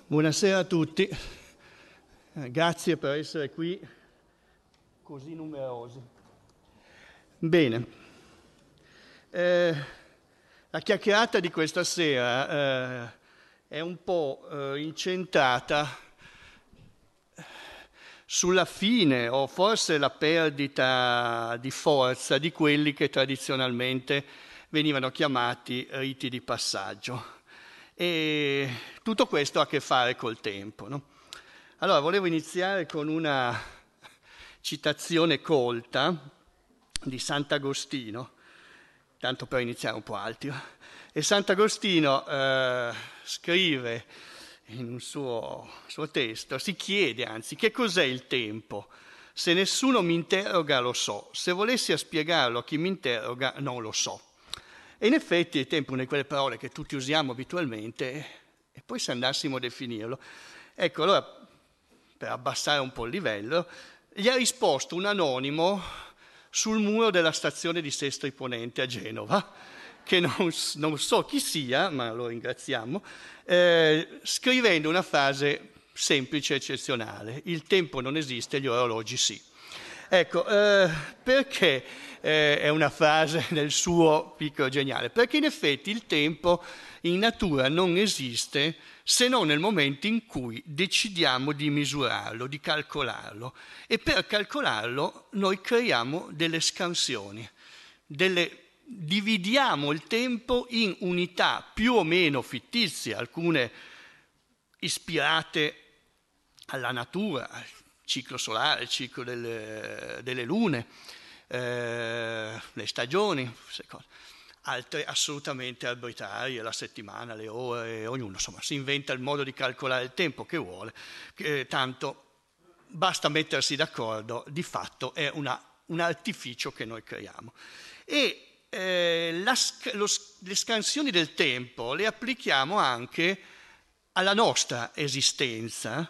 Buonasera a tutti, grazie per essere qui così numerosi. Bene, la chiacchierata di questa sera è un po' incentrata sulla fine o forse la perdita di forza di quelli che tradizionalmente venivano chiamati riti di passaggio. E tutto questo ha a che fare col tempo, no? Allora, volevo iniziare con una citazione colta di Sant'Agostino, tanto per iniziare un po' alti. E Sant'Agostino scrive in un suo testo, si chiede anzi, che cos'è il tempo? Se nessuno mi interroga lo so, se volessi a spiegarlo a chi mi interroga non lo so. E in effetti il tempo è una di quelle parole che tutti usiamo abitualmente e poi se andassimo a definirlo. Ecco, allora, per abbassare un po' il livello, gli ha risposto un anonimo sul muro della stazione di Sestri Ponente a Genova, che non so chi sia, ma lo ringraziamo, scrivendo una frase semplice e eccezionale: il tempo non esiste, gli orologi sì. Ecco, perché è una frase del suo piccolo geniale? Perché in effetti il tempo in natura non esiste se non nel momento in cui decidiamo di misurarlo, di calcolarlo. E per calcolarlo noi creiamo delle scansioni, dividiamo il tempo in unità più o meno fittizie, alcune ispirate alla natura, al ciclo solare, il ciclo delle lune, le stagioni, altre assolutamente arbitrarie, la settimana, le ore, ognuno insomma si inventa il modo di calcolare il tempo che vuole, tanto basta mettersi d'accordo, di fatto è un artificio che noi creiamo. E le scansioni del tempo le applichiamo anche alla nostra esistenza.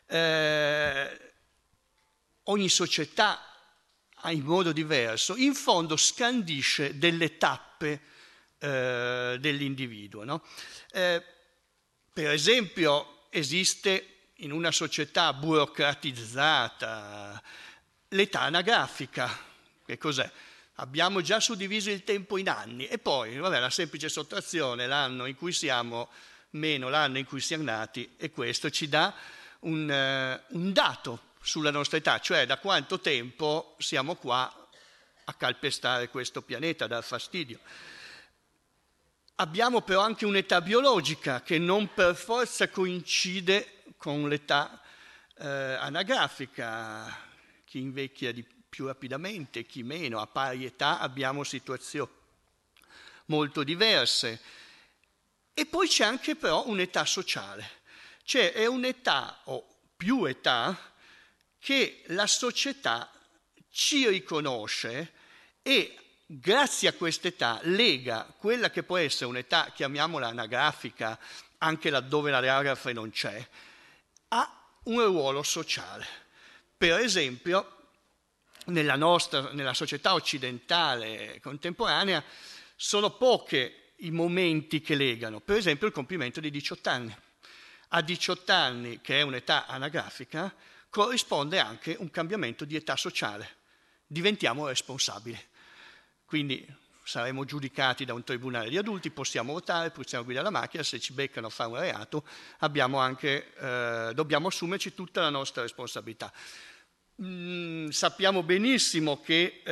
Ogni società in modo diverso, in fondo scandisce delle tappe dell'individuo, no? Per esempio esiste in una società burocratizzata l'età anagrafica. Che cos'è? Abbiamo già suddiviso il tempo in anni e poi, vabbè, la semplice sottrazione, l'anno in cui siamo meno l'anno in cui siamo nati, e questo ci dà un dato sulla nostra età, cioè da quanto tempo siamo qua a calpestare questo pianeta, a dar fastidio. Abbiamo però anche un'età biologica che non per forza coincide con l'età anagrafica, chi invecchia più rapidamente, chi meno, a pari età abbiamo situazioni molto diverse. E poi c'è anche però un'età sociale, cioè è un'età o più età che la società ci riconosce e grazie a quest'età lega quella che può essere un'età, chiamiamola anagrafica, anche laddove l'anagrafe non c'è, a un ruolo sociale. Per esempio, nella società occidentale contemporanea sono poche i momenti che legano, per esempio il compimento di 18 anni. A 18 anni, che è un'età anagrafica, corrisponde anche un cambiamento di età sociale. Diventiamo responsabili. Quindi saremo giudicati da un tribunale di adulti, possiamo votare, possiamo guidare la macchina, se ci beccano a fare un reato dobbiamo assumerci tutta la nostra responsabilità. Sappiamo benissimo che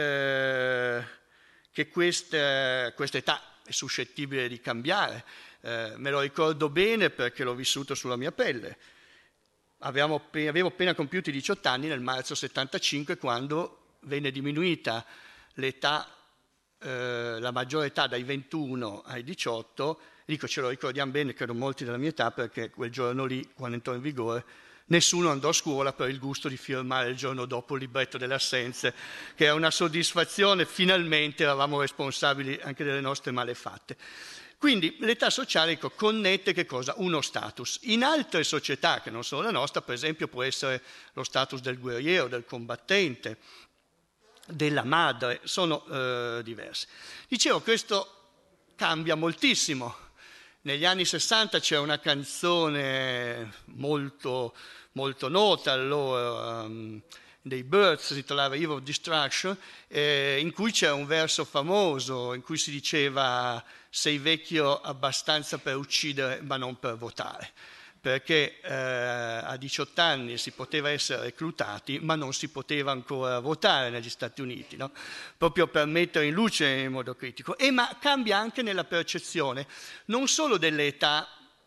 questa età è suscettibile di cambiare, me lo ricordo bene perché l'ho vissuto sulla mia pelle. Avevo appena compiuto i 18 anni nel marzo 75, quando venne diminuita l'età, la maggiore età dai 21 ai 18, dico ce lo ricordiamo bene che erano molti della mia età perché quel giorno lì, quando entrò in vigore, nessuno andò a scuola per il gusto di firmare il giorno dopo il libretto delle assenze, che era una soddisfazione, finalmente eravamo responsabili anche delle nostre malefatte. Quindi l'età sociale connette che cosa? Uno status. In altre società che non sono la nostra, per esempio, può essere lo status del guerriero, del combattente, della madre, sono diverse. Dicevo, questo cambia moltissimo Negli anni 60 c'è una canzone molto, molto nota allora, dei Birds, si titolava Eve of Destruction, in cui c'è un verso famoso in cui si diceva sei vecchio abbastanza per uccidere ma non per votare, perché a 18 anni si poteva essere reclutati ma non si poteva ancora votare negli Stati Uniti, no? Proprio per mettere in luce in modo critico. Ma cambia anche nella percezione non solo delle età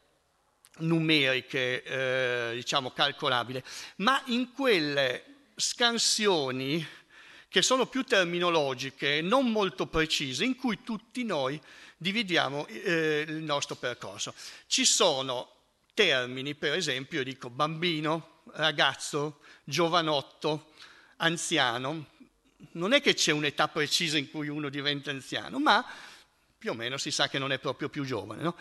numeriche, diciamo calcolabili, ma in quelle scansioni che sono più terminologiche, non molto precise, in cui tutti noi dividiamo il nostro percorso. Ci sono termini, per esempio, io dico bambino, ragazzo, giovanotto, anziano. Non è che c'è un'età precisa in cui uno diventa anziano, ma più o meno si sa che non è proprio più giovane, no?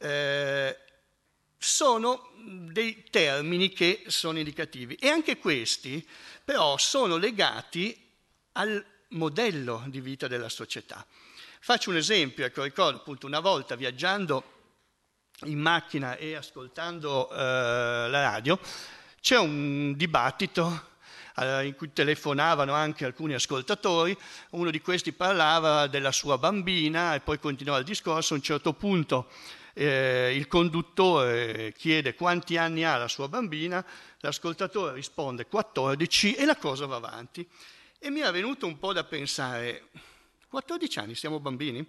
Sono dei termini che sono indicativi e anche questi però sono legati al modello di vita della società. Faccio un esempio, ecco, ricordo appunto una volta viaggiando in macchina e ascoltando la radio, c'è un dibattito in cui telefonavano anche alcuni ascoltatori, uno di questi parlava della sua bambina e poi continuava il discorso, a un certo punto il conduttore chiede quanti anni ha la sua bambina, l'ascoltatore risponde 14 e la cosa va avanti. E mi era venuto un po' da pensare, 14 anni siamo bambini?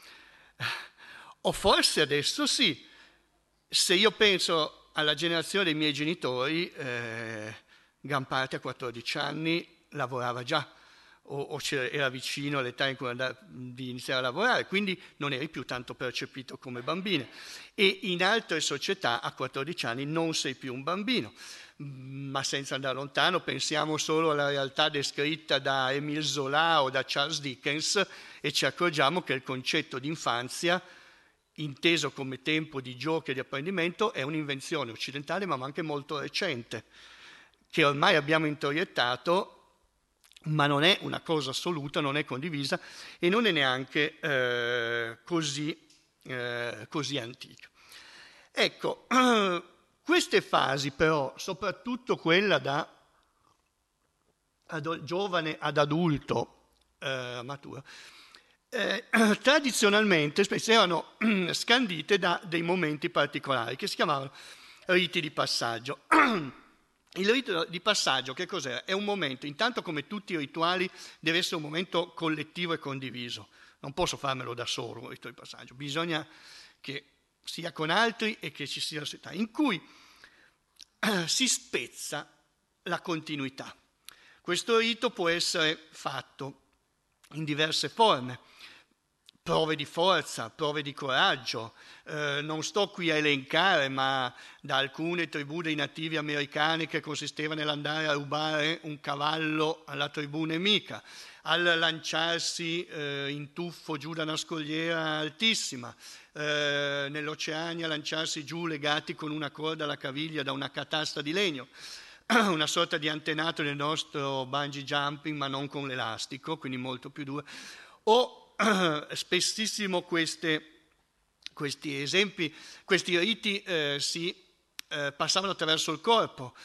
O forse adesso sì, se io penso alla generazione dei miei genitori, gran parte a 14 anni lavorava già, o era vicino all'età in cui di iniziare a lavorare, quindi non eri più tanto percepito come bambino. E in altre società a 14 anni non sei più un bambino, ma senza andare lontano pensiamo solo alla realtà descritta da Émile Zola o da Charles Dickens e ci accorgiamo che il concetto di infanzia, inteso come tempo di gioco e di apprendimento, è un'invenzione occidentale ma anche molto recente, che ormai abbiamo introiettato, ma non è una cosa assoluta, non è condivisa e non è neanche così antica. Ecco, queste fasi però, soprattutto quella da giovane ad adulto maturo, tradizionalmente spesso erano scandite da dei momenti particolari che si chiamavano riti di passaggio. Il rito di passaggio che cos'è? È un momento, intanto come tutti i rituali deve essere un momento collettivo e condiviso, non posso farmelo da solo un rito di passaggio, bisogna che sia con altri e che ci sia la società, in cui si spezza la continuità. Questo rito può essere fatto in diverse forme, prove di forza, prove di coraggio, non sto qui a elencare, ma da alcune tribù dei nativi americani che consisteva nell'andare a rubare un cavallo alla tribù nemica, al lanciarsi in tuffo giù da una scogliera altissima, nell'Oceania lanciarsi giù legati con una corda alla caviglia da una catasta di legno, una sorta di antenato del nostro bungee jumping ma non con l'elastico, quindi molto più duro, o spessissimo questi esempi, questi riti si passavano attraverso il corpo.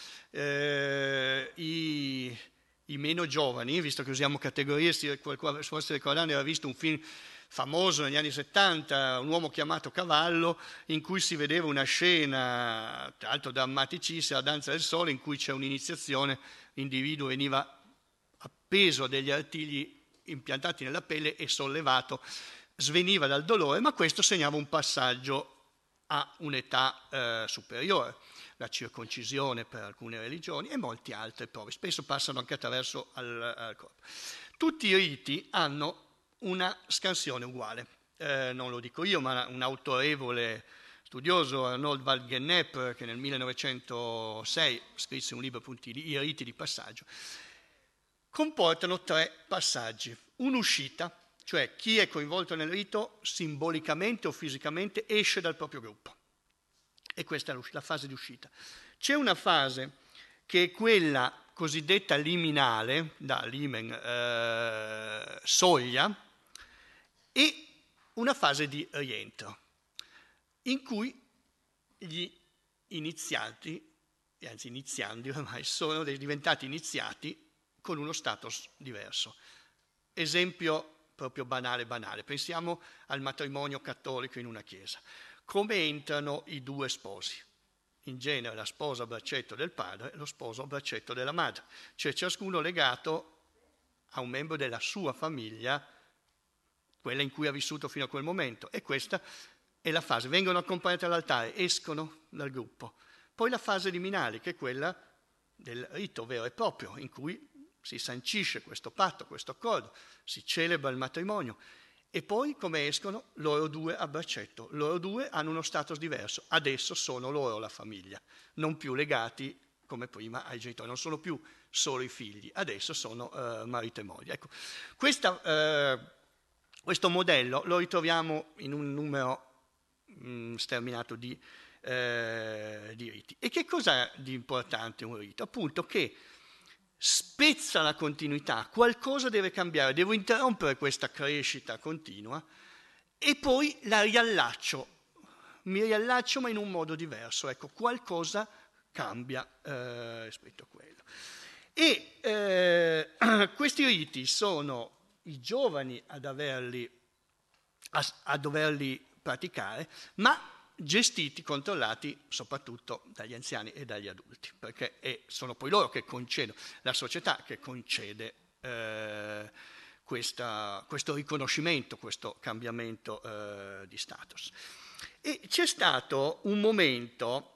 I meno giovani, visto che usiamo categorie, forse ricordando, aveva visto un film famoso negli anni 70, Un uomo chiamato Cavallo, in cui si vedeva una scena, tra l'altro drammaticissima, la danza del sole, in cui c'è un'iniziazione, l'individuo veniva appeso a degli artigli impiantati nella pelle e sollevato, sveniva dal dolore, ma questo segnava un passaggio a un'età superiore, la circoncisione per alcune religioni e molte altre prove, spesso passano anche attraverso al corpo. Tutti i riti hanno una scansione uguale, non lo dico io, ma un autorevole studioso, Arnold Waldgenep, che nel 1906 scrisse un libro appunto, I riti di passaggio, comportano 3 passaggi. Un'uscita, cioè chi è coinvolto nel rito simbolicamente o fisicamente esce dal proprio gruppo. E questa è la fase di uscita. C'è una fase che è quella cosiddetta liminale, da limen, soglia, e una fase di rientro. in cui gli iniziati, anzi iniziandi ormai, sono diventati iniziati con uno status diverso. Esempio proprio banale, pensiamo al matrimonio cattolico in una chiesa. Come entrano i due sposi? In genere la sposa a braccetto del padre e lo sposo a braccetto della madre, cioè ciascuno legato a un membro della sua famiglia, quella in cui ha vissuto fino a quel momento, e questa è la fase. Vengono accompagnati all'altare, escono dal gruppo. Poi la fase liminale, che è quella del rito vero e proprio, in cui si sancisce questo patto, questo accordo, si celebra il matrimonio. E poi come escono? Loro due a braccetto. Loro due hanno uno status diverso. Adesso sono loro la famiglia, non più legati come prima ai genitori, non sono più solo i figli, adesso sono marito e moglie. Ecco, questo modello lo ritroviamo in un numero sterminato di riti. E che cos'è di importante un rito? Appunto che spezza la continuità, qualcosa deve cambiare, devo interrompere questa crescita continua e poi la riallaccio, mi riallaccio ma in un modo diverso, ecco, qualcosa cambia rispetto a quello. E questi riti sono i giovani a doverli praticare, ma gestiti, controllati soprattutto dagli anziani e dagli adulti, perché sono poi loro che concedono, la società che concede questo riconoscimento, questo cambiamento di status. E c'è stato un momento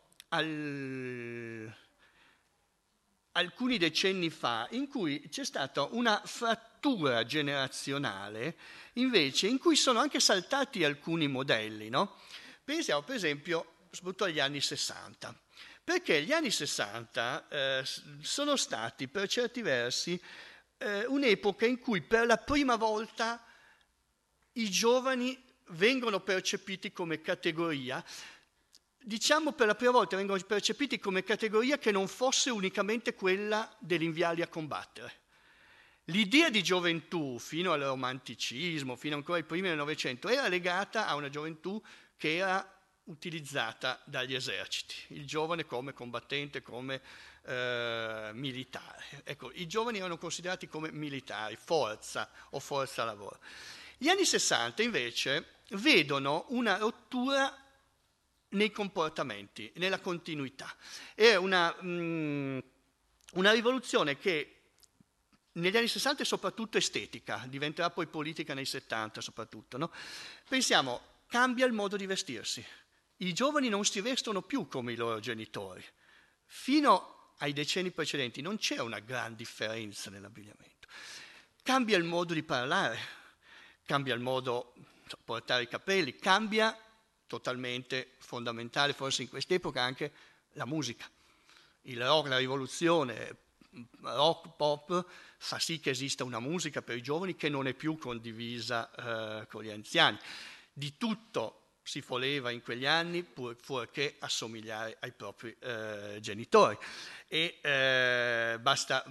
alcuni decenni fa in cui c'è stata una frattura generazionale invece in cui sono anche saltati alcuni modelli, no? Pensiamo per esempio soprattutto agli anni 60, perché gli anni 60 sono stati per certi versi un'epoca in cui per la prima volta i giovani vengono percepiti come categoria, diciamo per la prima volta vengono percepiti come categoria che non fosse unicamente quella degli inviati a combattere. L'idea di gioventù fino al romanticismo, fino ancora ai primi del Novecento, era legata a una gioventù che era utilizzata dagli eserciti, il giovane come combattente, come militare. Ecco, i giovani erano considerati come militari, forza o forza lavoro. Gli anni 60 invece vedono una rottura nei comportamenti, nella continuità. È una rivoluzione che negli anni 60 è soprattutto estetica, diventerà poi politica nei 70 soprattutto, no? Pensiamo, cambia il modo di vestirsi. I giovani non si vestono più come i loro genitori. Fino ai decenni precedenti non c'è una gran differenza nell'abbigliamento. Cambia il modo di parlare, cambia il modo di portare i capelli, cambia totalmente fondamentale, forse in quest'epoca anche la musica. Il rock, la rivoluzione rock pop fa sì che esista una musica per i giovani che non è più condivisa con gli anziani. Di tutto si voleva in quegli anni fuorché assomigliare ai propri genitori. E basta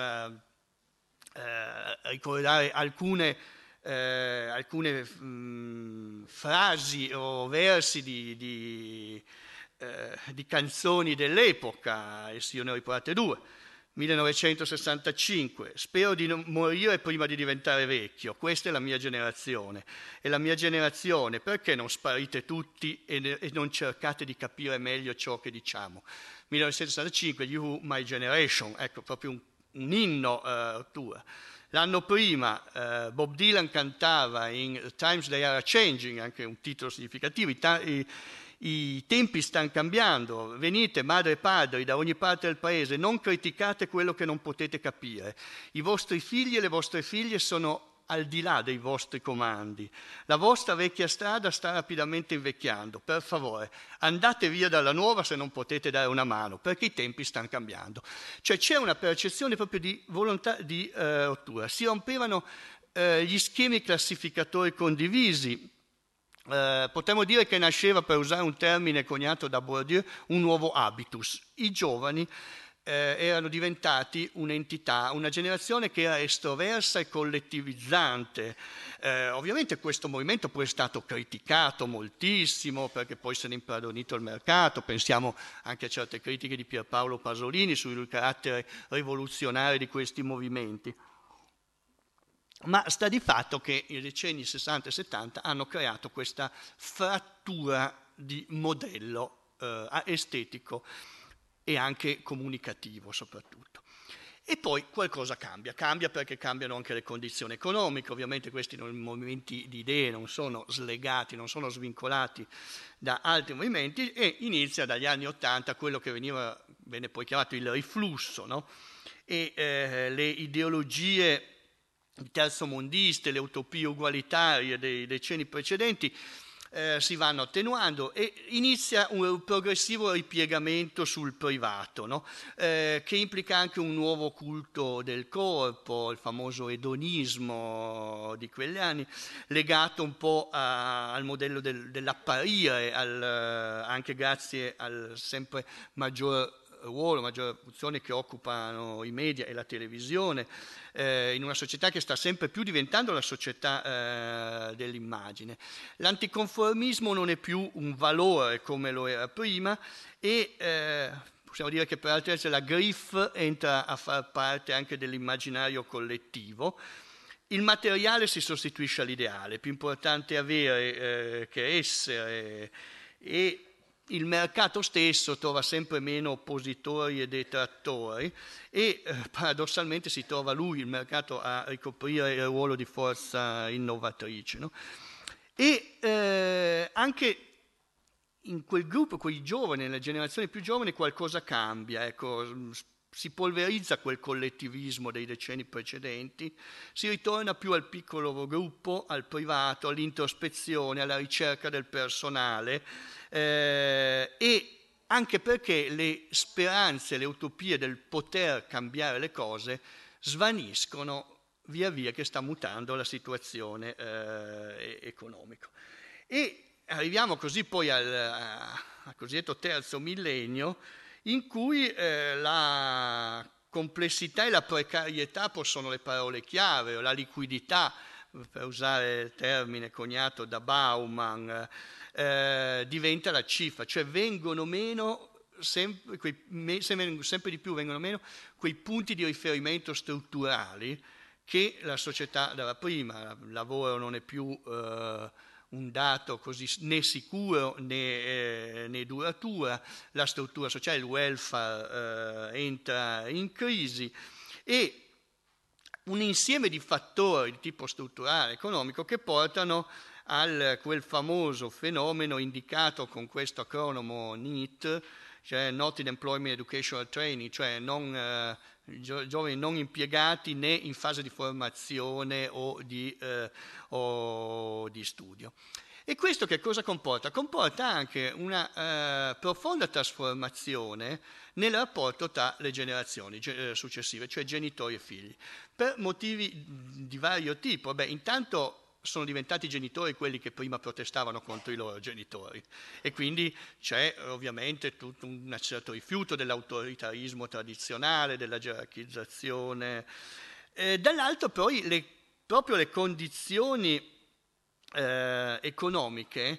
ricordare alcune frasi o versi di canzoni dell'epoca, e io ne ho riportate due. 1965, spero di non morire prima di diventare vecchio, questa è la mia generazione. E la mia generazione, perché non sparite tutti e non cercate di capire meglio ciò che diciamo? 1965, You My Generation, ecco, proprio un inno rottura. L'anno prima Bob Dylan cantava in Times They Are Changing, anche un titolo significativo, i tempi stanno cambiando, venite madre e padri da ogni parte del paese, non criticate quello che non potete capire. I vostri figli e le vostre figlie sono al di là dei vostri comandi. La vostra vecchia strada sta rapidamente invecchiando. Per favore, andate via dalla nuova se non potete dare una mano, perché i tempi stanno cambiando. Cioè c'è una percezione proprio di volontà di rottura. Si rompevano gli schemi classificatori condivisi. Potremmo dire che nasceva, per usare un termine coniato da Bourdieu, un nuovo habitus. I giovani erano diventati un'entità, una generazione che era estroversa e collettivizzante. Ovviamente questo movimento poi è stato criticato moltissimo perché poi se ne è impadronito il mercato, pensiamo anche a certe critiche di Pierpaolo Pasolini sul carattere rivoluzionario di questi movimenti. Ma sta di fatto che i decenni 60 e 70 hanno creato questa frattura di modello estetico e anche comunicativo soprattutto. E poi qualcosa cambia perché cambiano anche le condizioni economiche, ovviamente questi movimenti di idee non sono slegati, non sono svincolati da altri movimenti e inizia dagli anni 80 quello che venne poi chiamato il riflusso, no? E le ideologie terzomondiste, le utopie ugualitarie dei decenni precedenti si vanno attenuando e inizia un progressivo ripiegamento sul privato, no? Che implica anche un nuovo culto del corpo, il famoso edonismo di quegli anni, legato un po' al modello dell'apparire, anche grazie al sempre maggior ruolo, maggiore funzione che occupano i media e la televisione, in una società che sta sempre più diventando la società dell'immagine. L'anticonformismo non è più un valore come lo era prima e possiamo dire che per altri versi la GRIF entra a far parte anche dell'immaginario collettivo. Il materiale si sostituisce all'ideale, più importante avere che essere, e il mercato stesso trova sempre meno oppositori e detrattori e paradossalmente si trova lui, il mercato, a ricoprire il ruolo di forza innovatrice, no? E anche in quel gruppo, quei giovani, nelle generazioni più giovani, qualcosa cambia, ecco, si polverizza quel collettivismo dei decenni precedenti, si ritorna più al piccolo gruppo, al privato, all'introspezione, alla ricerca del personale e anche perché le speranze, le utopie del poter cambiare le cose svaniscono via via che sta mutando la situazione economica. E arriviamo così poi al cosiddetto terzo millennio, in cui la complessità e la precarietà sono le parole chiave, o la liquidità, per usare il termine coniato da Bauman, diventa la cifra, cioè vengono meno sempre di più vengono meno quei punti di riferimento strutturali che la società dava prima. Il lavoro non è più un dato così né sicuro né duratura, la struttura sociale, il welfare entra in crisi e un insieme di fattori di tipo strutturale, economico, che portano a quel famoso fenomeno indicato con questo acronimo NEET, cioè Not in Employment Educational Training, cioè giovani non impiegati né in fase di formazione o di studio. E questo che cosa comporta? Comporta anche una profonda trasformazione nel rapporto tra le generazioni successive, cioè genitori e figli, per motivi di vario tipo. Beh, intanto sono diventati genitori quelli che prima protestavano contro i loro genitori e quindi c'è ovviamente tutto un certo rifiuto dell'autoritarismo tradizionale, della gerarchizzazione. Dall'altro poi proprio le condizioni economiche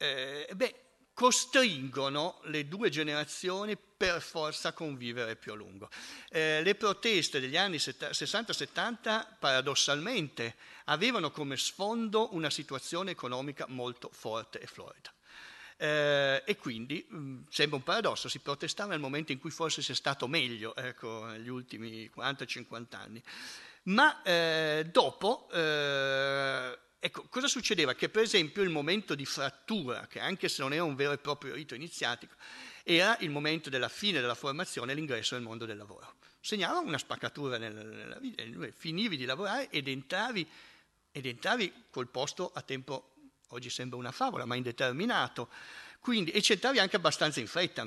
costringono le due generazioni per forza a convivere più a lungo. Le proteste degli anni 60-70 paradossalmente avevano come sfondo una situazione economica molto forte e florida. E quindi sembra un paradosso, si protestava nel momento in cui forse si è stato meglio, ecco, negli ultimi 40-50 anni. Ma dopo, ecco, cosa succedeva? Che per esempio il momento di frattura, che anche se non era un vero e proprio rito iniziatico, era il momento della fine della formazione e l'ingresso nel mondo del lavoro. Segnava una spaccatura nella vita, finivi di lavorare ed entravi col posto a tempo, oggi sembra una favola, ma indeterminato, quindi, e c'entravi anche abbastanza in fretta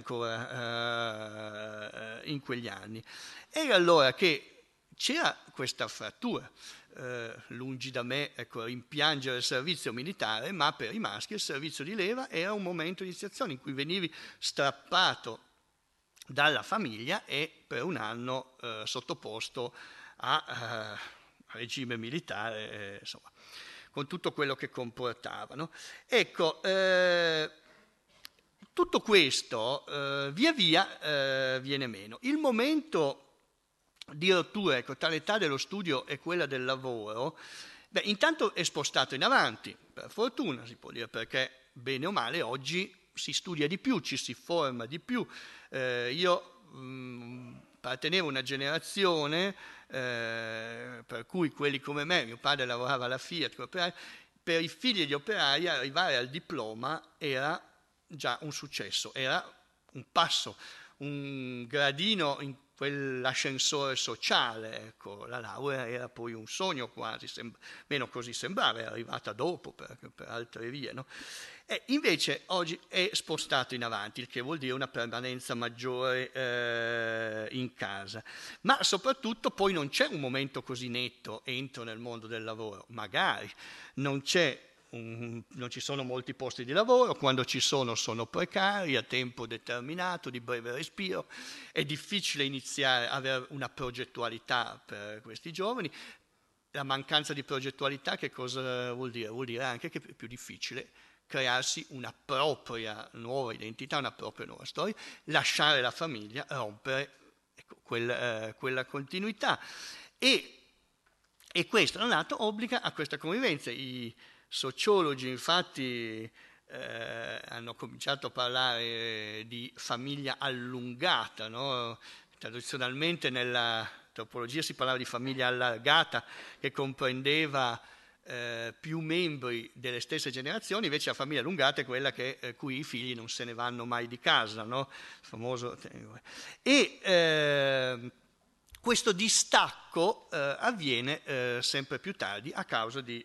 ancora in quegli anni. Era allora che c'era questa frattura, lungi da me, ecco, rimpiangere il servizio militare, ma per i maschi il servizio di leva era un momento di iniziazione in cui venivi strappato dalla famiglia e per un anno sottoposto a regime militare, insomma, con tutto quello che comportava, no? Ecco, tutto questo via via viene meno. Il momento di rottura, ecco, tra l'età dello studio e quella del lavoro, intanto è spostato in avanti, per fortuna si può dire, perché bene o male oggi si studia di più, ci si forma di più. Io appartenevo a una generazione per cui quelli come me, mio padre lavorava alla Fiat, per i figli di operai arrivare al diploma era già un successo, era un passo, un gradino in quell'ascensore sociale, ecco, la laurea era poi un sogno quasi, meno così sembrava, è arrivata dopo per altre vie, no? E invece oggi è spostato in avanti, il che vuol dire una permanenza maggiore in casa. Ma soprattutto poi non c'è un momento così netto, entro nel mondo del lavoro, magari non ci sono molti posti di lavoro, quando ci sono precari, a tempo determinato, di breve respiro, è difficile iniziare a avere una progettualità per questi giovani. La mancanza di progettualità che cosa vuol dire? Vuol dire anche che è più difficile crearsi una propria nuova identità, una propria nuova storia, lasciare la famiglia, rompere ecco, quella continuità. E questo da un lato obbliga a questa convivenza. I sociologi infatti hanno cominciato a parlare di famiglia allungata, no? Tradizionalmente nella topologia si parlava di famiglia allargata che comprendeva più membri delle stesse generazioni, invece la famiglia allungata è quella cui i figli non se ne vanno mai di casa, no? Il famoso. E questo distacco avviene sempre più tardi a causa di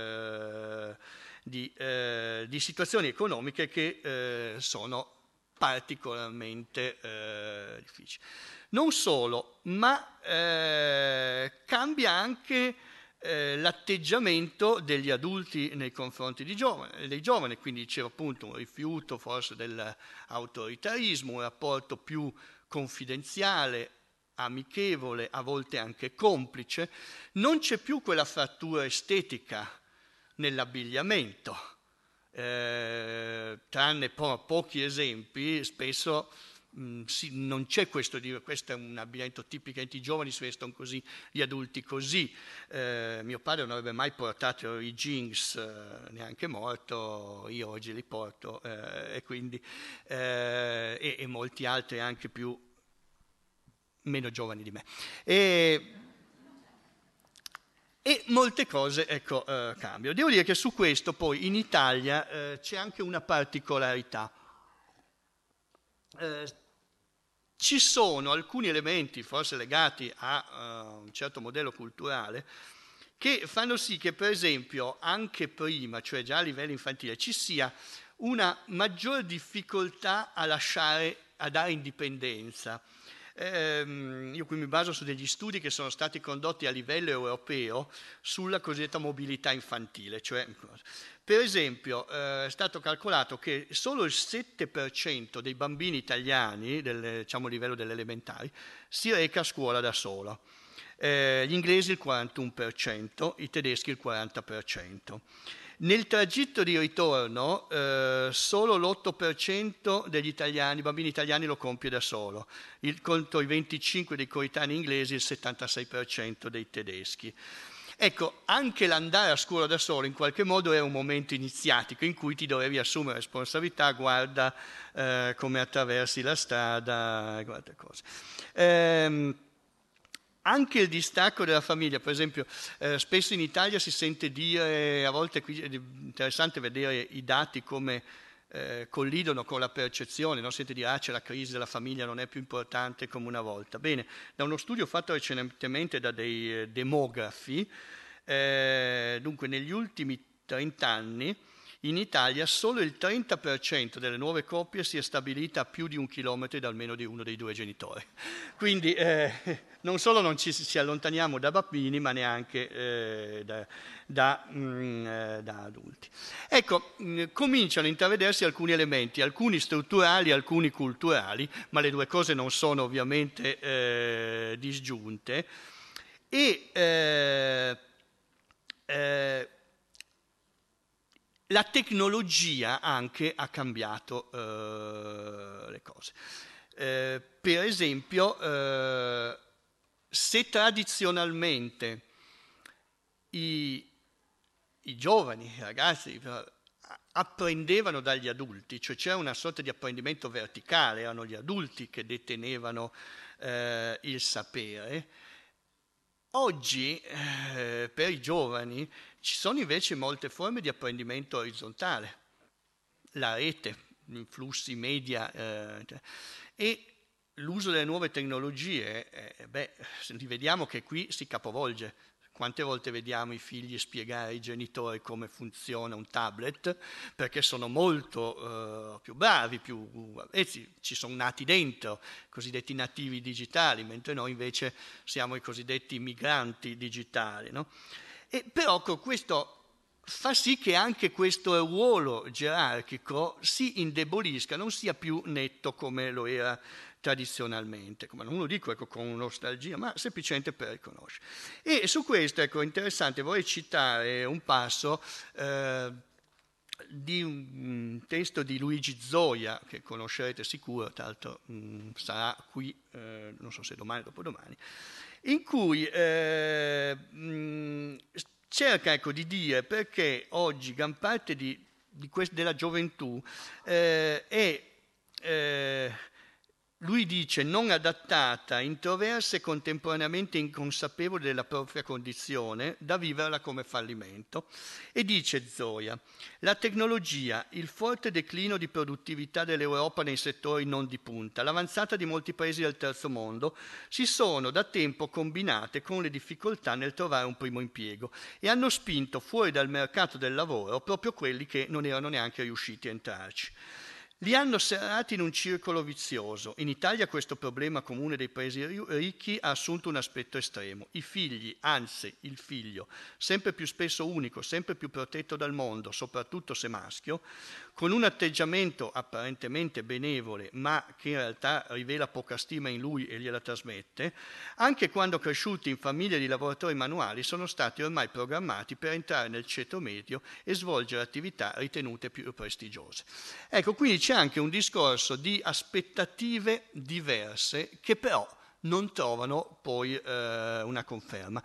situazioni economiche che sono particolarmente difficili. Non solo, ma cambia anche l'atteggiamento degli adulti nei confronti dei giovani, quindi c'era appunto un rifiuto forse dell'autoritarismo, un rapporto più confidenziale, amichevole, a volte anche complice. Non c'è più quella frattura estetica nell'abbigliamento, tranne pochi esempi, spesso non c'è questo è un abbigliamento tipicamente i giovani si vestono così, gli adulti così. Mio padre non avrebbe mai portato i jeans, neanche morto, io oggi li porto e quindi e molti altri anche meno giovani di me. E molte cose ecco, cambiano. Devo dire che su questo poi in Italia c'è anche una particolarità. Ci sono alcuni elementi, forse legati a un certo modello culturale, che fanno sì che per esempio anche prima, cioè già a livello infantile, ci sia una maggior difficoltà a dare indipendenza. Io qui mi baso su degli studi che sono stati condotti a livello europeo sulla cosiddetta mobilità infantile, cioè per esempio è stato calcolato che solo il 7% dei bambini italiani, diciamo a livello delle elementari, si reca a scuola da solo. Gli inglesi il 41%, i tedeschi il 40%. Nel tragitto di ritorno solo l'8% degli bambini italiani lo compie da solo, contro i 25% dei coetanei inglesi e il 76% dei tedeschi. Ecco, anche l'andare a scuola da solo in qualche modo è un momento iniziatico in cui ti dovevi assumere responsabilità, guarda come attraversi la strada, guarda cose. Anche il distacco della famiglia, per esempio, spesso in Italia si sente dire, a volte qui è interessante vedere i dati come collidono con la percezione, no? Sente dire c'è la crisi della famiglia, non è più importante come una volta. Bene, da uno studio fatto recentemente da dei demografi, dunque negli ultimi 30 anni in Italia solo il 30% delle nuove coppie si è stabilita a più di 1 chilometro da almeno di uno dei due genitori. Quindi non solo non ci allontaniamo da bambini, ma neanche da adulti. Ecco, cominciano a intravedersi alcuni elementi, alcuni strutturali, alcuni culturali, ma le due cose non sono ovviamente disgiunte, e la tecnologia anche ha cambiato le cose. Per esempio, se tradizionalmente i giovani, i ragazzi apprendevano dagli adulti, cioè c'era una sorta di apprendimento verticale, erano gli adulti che detenevano il sapere. Oggi per i giovani ci sono invece molte forme di apprendimento orizzontale, la rete, i flussi media e l'uso delle nuove tecnologie, rivediamo che qui si capovolge. Quante volte vediamo i figli spiegare ai genitori come funziona un tablet, perché sono molto più bravi, ci sono nati dentro, cosiddetti nativi digitali, mentre noi invece siamo i cosiddetti migranti digitali, no? Però questo fa sì che anche questo ruolo gerarchico si indebolisca, non sia più netto come lo era tradizionalmente, come non lo dico con nostalgia, ma semplicemente per riconoscere. E su questo è interessante, vorrei citare un passo di un testo di Luigi Zoia, che conoscerete sicuro, tra l'altro sarà qui, non so se domani o dopodomani, in cui cerca di dire perché oggi gran parte della gioventù è lui dice non adattata, introversa e contemporaneamente inconsapevole della propria condizione, da viverla come fallimento. E dice Zoia, la tecnologia, il forte declino di produttività dell'Europa nei settori non di punta, l'avanzata di molti paesi del terzo mondo si sono da tempo combinate con le difficoltà nel trovare un primo impiego e hanno spinto fuori dal mercato del lavoro proprio quelli che non erano neanche riusciti a entrarci. Li hanno serrati in un circolo vizioso. In Italia questo problema comune dei paesi ricchi ha assunto un aspetto estremo. I figli, anzi il figlio, sempre più spesso unico, sempre più protetto dal mondo, soprattutto se maschio, con un atteggiamento apparentemente benevole, ma che in realtà rivela poca stima in lui e gliela trasmette, anche quando cresciuti in famiglie di lavoratori manuali, sono stati ormai programmati per entrare nel ceto medio e svolgere attività ritenute più prestigiose. Ecco, quindi c'è anche un discorso di aspettative diverse che però non trovano poi una conferma.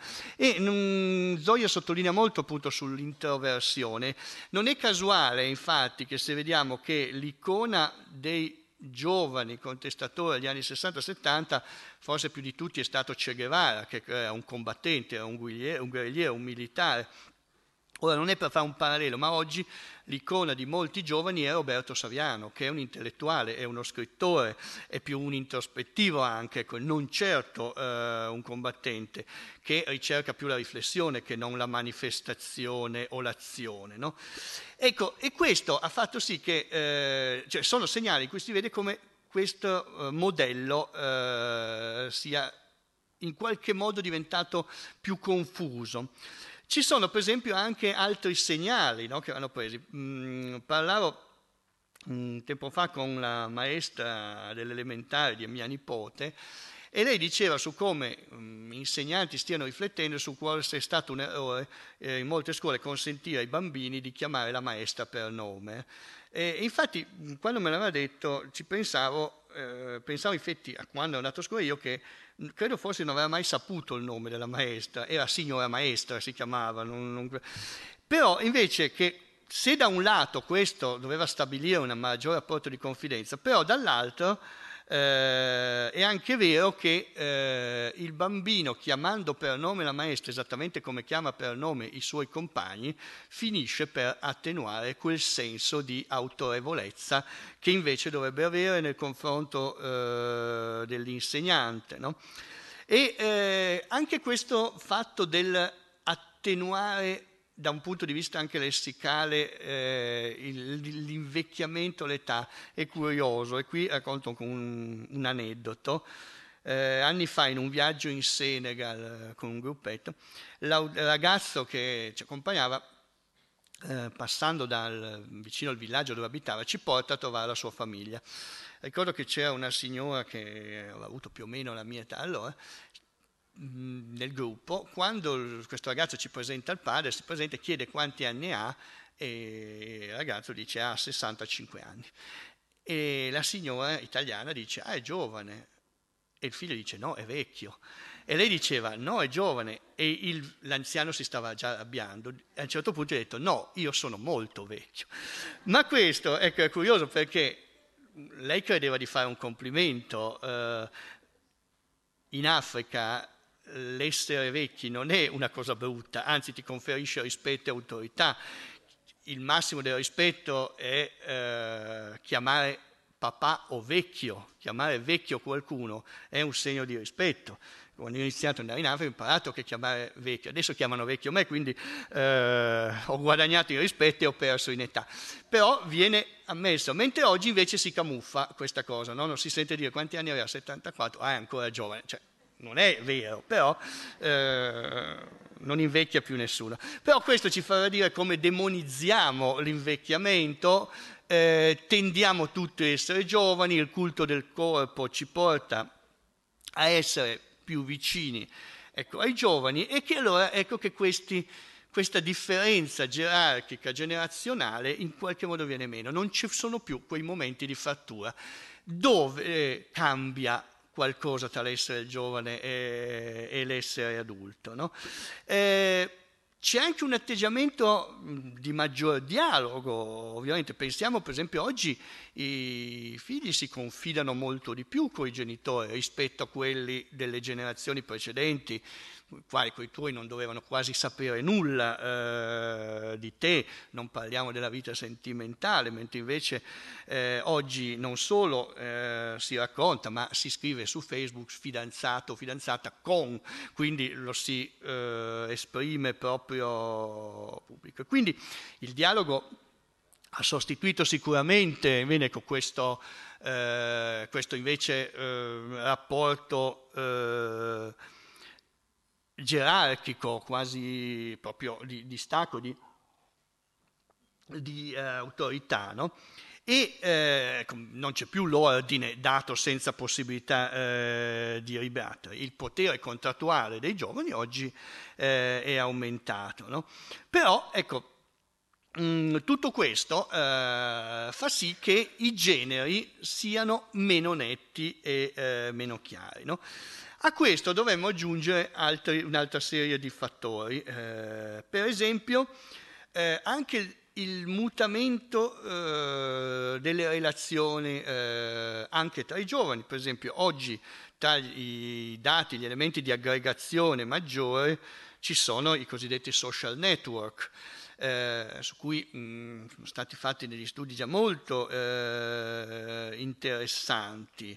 E Zoia sottolinea molto appunto sull'introversione. Non è casuale infatti che se vediamo che l'icona dei giovani contestatori degli anni 60-70, forse più di tutti è stato Che Guevara, che era un combattente, era un guerrigliero, un militare. Ora non è per fare un parallelo, ma oggi l'icona di molti giovani è Roberto Saviano, che è un intellettuale, è uno scrittore, è più un introspettivo anche, non certo un combattente, che ricerca più la riflessione che non la manifestazione o l'azione, no? Ecco, e questo ha fatto sì che, cioè sono segnali in cui si vede come questo modello sia in qualche modo diventato più confuso. Ci sono per esempio anche altri segnali, no, che vanno presi. Parlavo tempo fa con la maestra dell'elementare di mia nipote e lei diceva su come insegnanti stiano riflettendo su quale sia stato un errore in molte scuole consentire ai bambini di chiamare la maestra per nome. E infatti quando me l'aveva detto ci pensavo infatti a quando ero andato a scuola io che credo forse non aveva mai saputo il nome della maestra, era signora maestra si chiamava, però invece che se da un lato questo doveva stabilire un maggiore rapporto di confidenza, però dall'altro è anche vero che il bambino chiamando per nome la maestra esattamente come chiama per nome i suoi compagni finisce per attenuare quel senso di autorevolezza che invece dovrebbe avere nel confronto dell'insegnante, no? E anche questo fatto dell'attenuare da un punto di vista anche lessicale l'invecchiamento, l'età è curioso, e qui racconto un aneddoto. Anni fa, in un viaggio in Senegal con un gruppetto, il ragazzo che ci accompagnava, passando vicino al villaggio dove abitava, ci porta a trovare la sua famiglia. Ricordo che c'era una signora che aveva avuto più o meno la mia età allora, nel gruppo. Quando questo ragazzo ci presenta il padre, si presenta e chiede quanti anni ha, e il ragazzo dice ha 65 anni. E la signora italiana dice è giovane, e il figlio dice no, è vecchio. E lei diceva no, è giovane, e l'anziano si stava già arrabbiando. A un certo punto ha detto no, io sono molto vecchio. Ma questo è curioso, perché lei credeva di fare un complimento. In Africa l'essere vecchi non è una cosa brutta, anzi ti conferisce rispetto e autorità. Il massimo del rispetto è chiamare papà o vecchio, chiamare vecchio qualcuno è un segno di rispetto. Quando ho iniziato ad andare in Africa ho imparato che chiamare vecchio, adesso chiamano vecchio me, quindi ho guadagnato in rispetto e ho perso in età. Però viene ammesso, mentre oggi invece si camuffa questa cosa, no? Non si sente dire quanti anni aveva, 74, è ancora giovane, cioè non è vero, però non invecchia più nessuno. Però questo ci farà dire come demonizziamo l'invecchiamento, tendiamo tutti a essere giovani, il culto del corpo ci porta a essere più vicini, ecco, ai giovani, e che allora ecco che questa differenza gerarchica, generazionale, in qualche modo viene meno. Non ci sono più quei momenti di frattura dove cambia qualcosa tra l'essere giovane e l'essere adulto, no? C'è anche un atteggiamento di maggior dialogo, ovviamente. Pensiamo per esempio oggi i figli si confidano molto di più con i genitori rispetto a quelli delle generazioni precedenti, quali coi tuoi non dovevano quasi sapere nulla di te, non parliamo della vita sentimentale, mentre invece oggi non solo si racconta, ma si scrive su Facebook fidanzato o fidanzata con, quindi lo si esprime proprio pubblico. Quindi il dialogo ha sostituito sicuramente, bene, ecco, questo invece rapporto gerarchico, quasi proprio di stacco, di autorità, no? E non c'è più l'ordine dato senza possibilità di ribattere. Il potere contrattuale dei giovani oggi è aumentato, no? Però ecco, tutto questo fa sì che i generi siano meno netti e meno chiari, no? A questo dovremmo aggiungere un'altra serie di fattori, per esempio anche il mutamento delle relazioni anche tra i giovani. Per esempio oggi tra i dati, gli elementi di aggregazione maggiore ci sono i cosiddetti social network, su cui sono stati fatti degli studi già molto interessanti.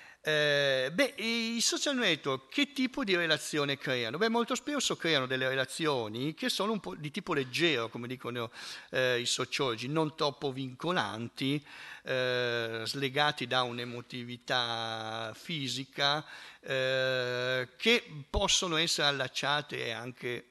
I social network che tipo di relazione creano? Molto spesso creano delle relazioni che sono un po' di tipo leggero, come dicono i sociologi, non troppo vincolanti, slegati da un'emotività fisica, che possono essere allacciate e anche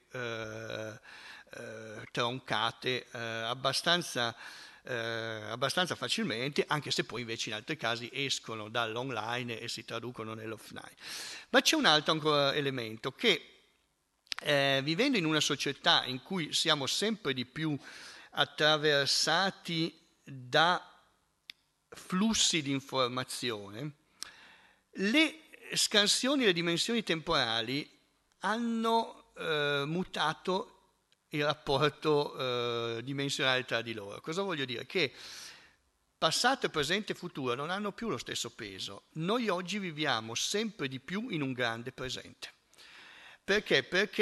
troncate abbastanza facilmente, anche se poi invece in altri casi escono dall'online e si traducono nell'offline. Ma c'è un altro ancora elemento che vivendo in una società in cui siamo sempre di più attraversati da flussi di informazione, le scansioni e le dimensioni temporali hanno mutato il rapporto dimensionale tra di loro. Cosa voglio dire? Che passato, presente e futuro non hanno più lo stesso peso. Noi oggi viviamo sempre di più in un grande presente. Perché?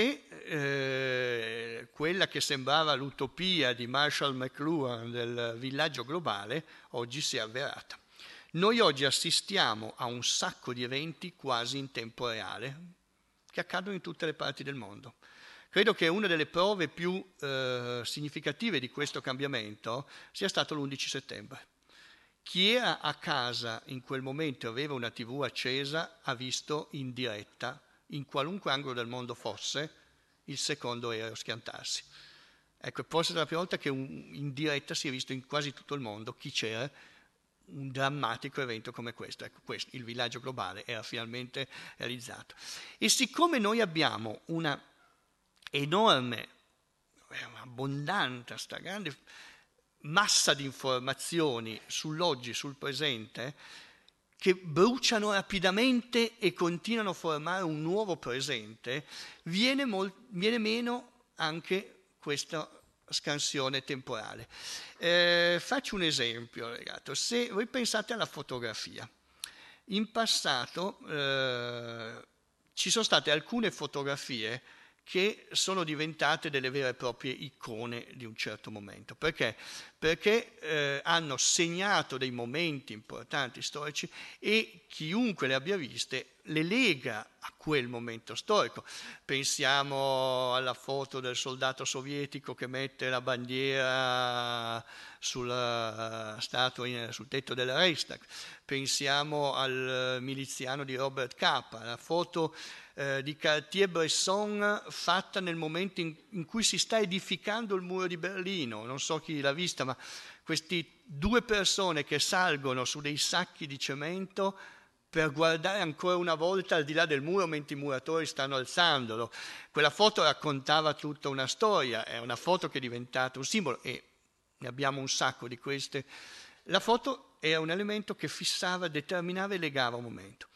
Perché quella che sembrava l'utopia di Marshall McLuhan del villaggio globale oggi si è avverata. Noi oggi assistiamo a un sacco di eventi quasi in tempo reale che accadono in tutte le parti del mondo. Credo che una delle prove più significative di questo cambiamento sia stato l'11 settembre. Chi era a casa in quel momento e aveva una TV accesa ha visto in diretta, in qualunque angolo del mondo fosse, il secondo aereo schiantarsi. Ecco, forse è la prima volta che in diretta si è visto in quasi tutto il mondo chi c'era un drammatico evento come questo. Ecco, il villaggio globale era finalmente realizzato. E siccome noi abbiamo una enorme, abbondante, stragrande massa di informazioni sull'oggi, sul presente, che bruciano rapidamente e continuano a formare un nuovo presente, viene meno anche questa scansione temporale. Faccio un esempio, ragazzi. Se voi pensate alla fotografia, in passato ci sono state alcune fotografie che sono diventate delle vere e proprie icone di un certo momento. Perché? Perché hanno segnato dei momenti importanti storici e chiunque le abbia viste le lega a quel momento storico. Pensiamo alla foto del soldato sovietico che mette la bandiera sulla statua, sul tetto del Reichstag. Pensiamo al miliziano di Robert Capa, la foto di Cartier-Bresson fatta nel momento in cui si sta edificando il muro di Berlino. Non so chi l'ha vista, ma queste due persone che salgono su dei sacchi di cemento per guardare ancora una volta al di là del muro mentre i muratori stanno alzandolo. Quella foto raccontava tutta una storia, è una foto che è diventata un simbolo e ne abbiamo un sacco di queste. La foto era un elemento che fissava, determinava e legava un momento.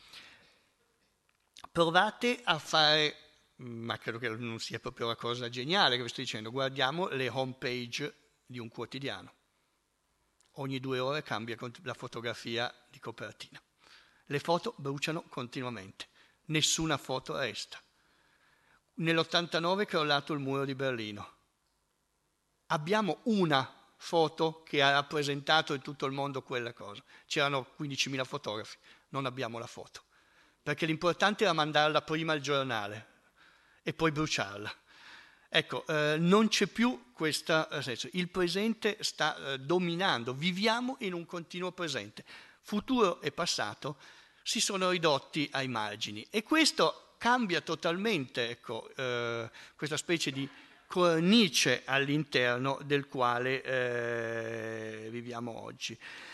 Provate a fare, ma credo che non sia proprio una cosa geniale che vi sto dicendo, guardiamo le home page di un quotidiano. Ogni 2 ore cambia la fotografia di copertina. Le foto bruciano continuamente, nessuna foto resta. Nell'89 è crollato il muro di Berlino. Abbiamo una foto che ha rappresentato in tutto il mondo quella cosa. C'erano 15.000 fotografi, non abbiamo la foto. Perché l'importante era mandarla prima al giornale e poi bruciarla. Ecco, non c'è più questo senso. Il presente sta dominando, viviamo in un continuo presente. Futuro e passato si sono ridotti ai margini e questo cambia totalmente, ecco, questa specie di cornice all'interno del quale viviamo oggi.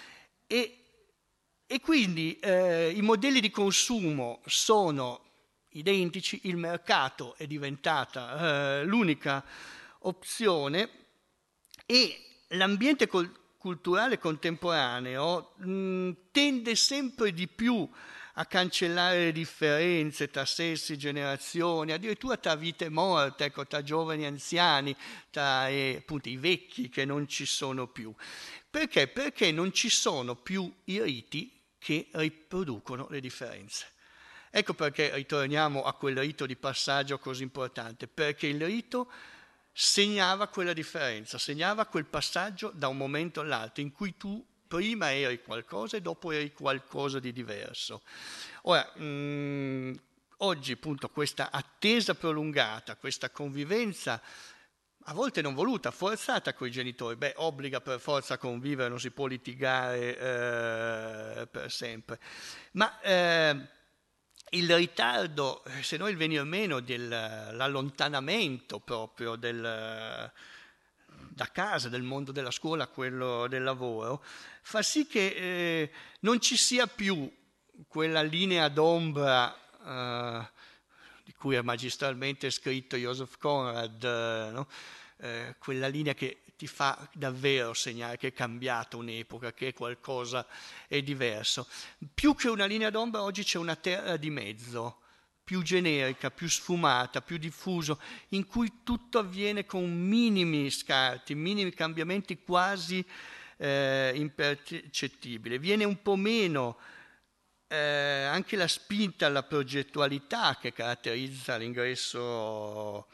E quindi i modelli di consumo sono identici, il mercato è diventata l'unica opzione e l'ambiente culturale contemporaneo tende sempre di più a cancellare le differenze tra sessi, generazioni, addirittura tra vita e morte, ecco, tra giovani e anziani, tra appunto, i vecchi che non ci sono più. Perché? Perché non ci sono più i riti che riproducono le differenze. Ecco perché ritorniamo a quel rito di passaggio così importante, perché il rito segnava quella differenza, segnava quel passaggio da un momento all'altro in cui tu prima eri qualcosa e dopo eri qualcosa di diverso. Ora, oggi appunto questa attesa prolungata, questa convivenza a volte non voluta, forzata con i genitori, obbliga per forza a convivere, non si può litigare per sempre, ma il ritardo, se no il venir meno dell'allontanamento proprio da casa, del mondo della scuola a quello del lavoro, fa sì che non ci sia più quella linea d'ombra di cui ha magistralmente scritto Joseph Conrad, no? Quella linea che ti fa davvero segnare che è cambiata un'epoca, che qualcosa è diverso. Più che una linea d'ombra oggi c'è una terra di mezzo, più generica, più sfumata, più diffuso, in cui tutto avviene con minimi scarti, minimi cambiamenti quasi impercettibili. Viene un po' meno anche la spinta alla progettualità che caratterizza l'ingresso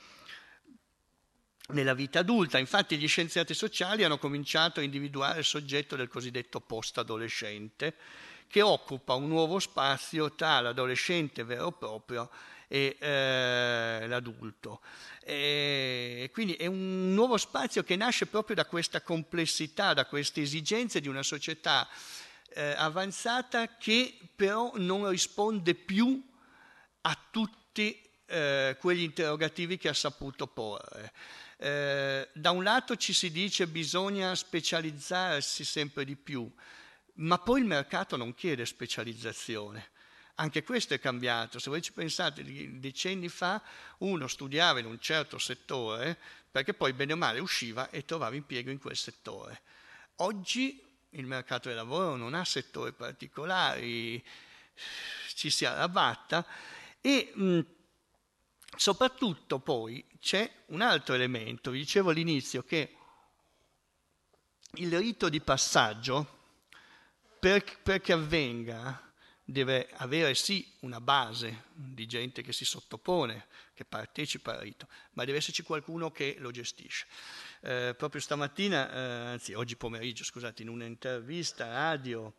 nella vita adulta. Infatti gli scienziati sociali hanno cominciato a individuare il soggetto del cosiddetto post-adolescente, che occupa un nuovo spazio tra l'adolescente vero e proprio e l'adulto. E quindi è un nuovo spazio che nasce proprio da questa complessità, da queste esigenze di una società avanzata che però non risponde più a tutti quegli interrogativi che ha saputo porre. Da un lato ci si dice bisogna specializzarsi sempre di più, ma poi il mercato non chiede specializzazione. Anche questo è cambiato. Se voi ci pensate, decenni fa uno studiava in un certo settore perché poi bene o male usciva e trovava impiego in quel settore. Oggi il mercato del lavoro non ha settori particolari, ci si arrabatta e soprattutto poi c'è un altro elemento. Vi dicevo all'inizio che il rito di passaggio, perché avvenga, deve avere sì una base di gente che si sottopone, che partecipa al rito, ma deve esserci qualcuno che lo gestisce. Proprio stamattina, anzi oggi pomeriggio, scusate, in un'intervista radio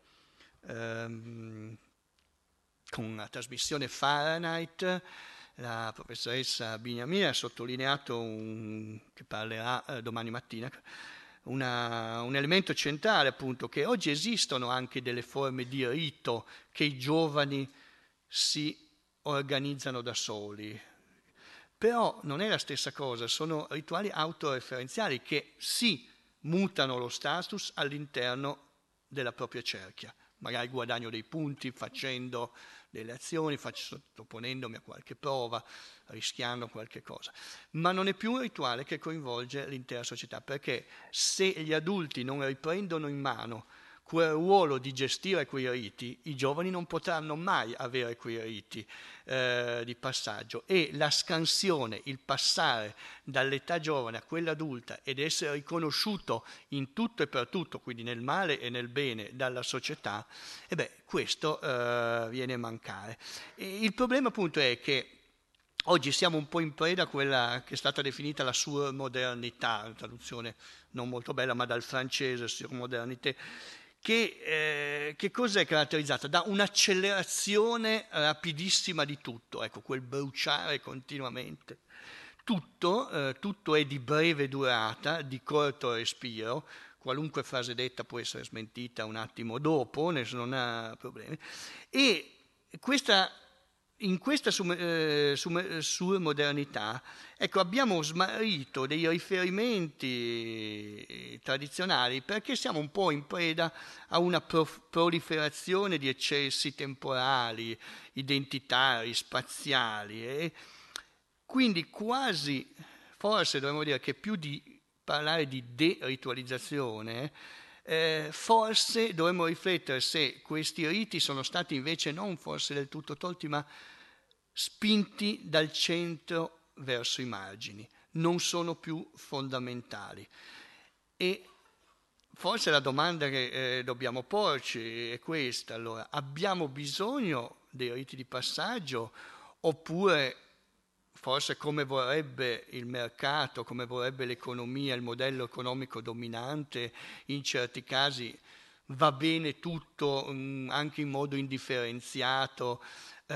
con una trasmissione Fahrenheit, la professoressa Bignamina ha sottolineato, che parlerà domani mattina, un elemento centrale appunto, che oggi esistono anche delle forme di rito che i giovani si organizzano da soli, però non è la stessa cosa, sono rituali autoreferenziali che sì mutano lo status all'interno della propria cerchia, magari guadagno dei punti facendo delle azioni, sottoponendomi a qualche prova, rischiando qualche cosa, ma non è più un rituale che coinvolge l'intera società, perché se gli adulti non riprendono in mano quel ruolo di gestire quei riti, i giovani non potranno mai avere quei riti di passaggio, e la scansione, il passare dall'età giovane a quella adulta ed essere riconosciuto in tutto e per tutto, quindi nel male e nel bene, dalla società, questo viene a mancare. E il problema appunto è che oggi siamo un po' in preda a quella che è stata definita la surmodernità, una traduzione non molto bella, ma dal francese surmodernité, che cosa è caratterizzata? Da un'accelerazione rapidissima di tutto, ecco, quel bruciare continuamente. Tutto è di breve durata, di corto respiro, qualunque frase detta può essere smentita un attimo dopo, non ha problemi, e in questa surmodernità, ecco, abbiamo smarrito dei riferimenti tradizionali perché siamo un po' in preda a una proliferazione di eccessi temporali, identitari, spaziali, e quindi quasi, forse dovremmo dire che più di parlare di deritualizzazione, forse dovremmo riflettere se questi riti sono stati invece non forse del tutto tolti, ma spinti dal centro verso i margini, non sono più fondamentali. E forse la domanda che dobbiamo porci è questa: allora, abbiamo bisogno dei riti di passaggio, oppure forse come vorrebbe il mercato, come vorrebbe l'economia, il modello economico dominante, in certi casi va bene tutto anche in modo indifferenziato,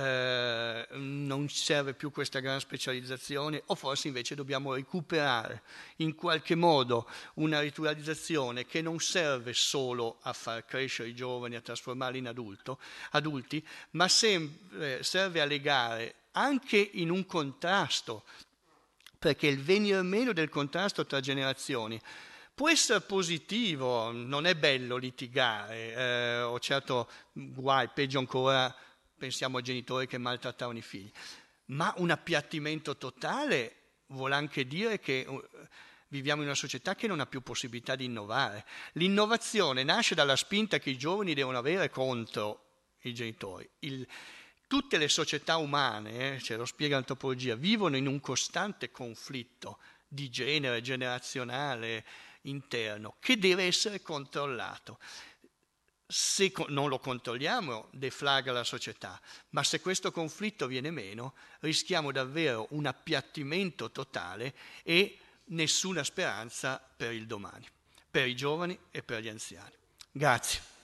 non serve più questa gran specializzazione, o forse invece dobbiamo recuperare in qualche modo una ritualizzazione che non serve solo a far crescere i giovani, a trasformarli in adulti, ma serve a legare anche in un contrasto, perché il venir meno del contrasto tra generazioni può essere positivo, non è bello litigare, o certo guai, peggio ancora pensiamo ai genitori che maltrattavano i figli, ma un appiattimento totale vuol anche dire che viviamo in una società che non ha più possibilità di innovare. L'innovazione nasce dalla spinta che i giovani devono avere contro i genitori. Tutte le società umane, ce lo spiega l'antropologia, vivono in un costante conflitto di genere, generazionale, interno, che deve essere controllato. Se non lo controlliamo, deflagra la società, ma se questo conflitto viene meno, rischiamo davvero un appiattimento totale e nessuna speranza per il domani, per i giovani e per gli anziani. Grazie.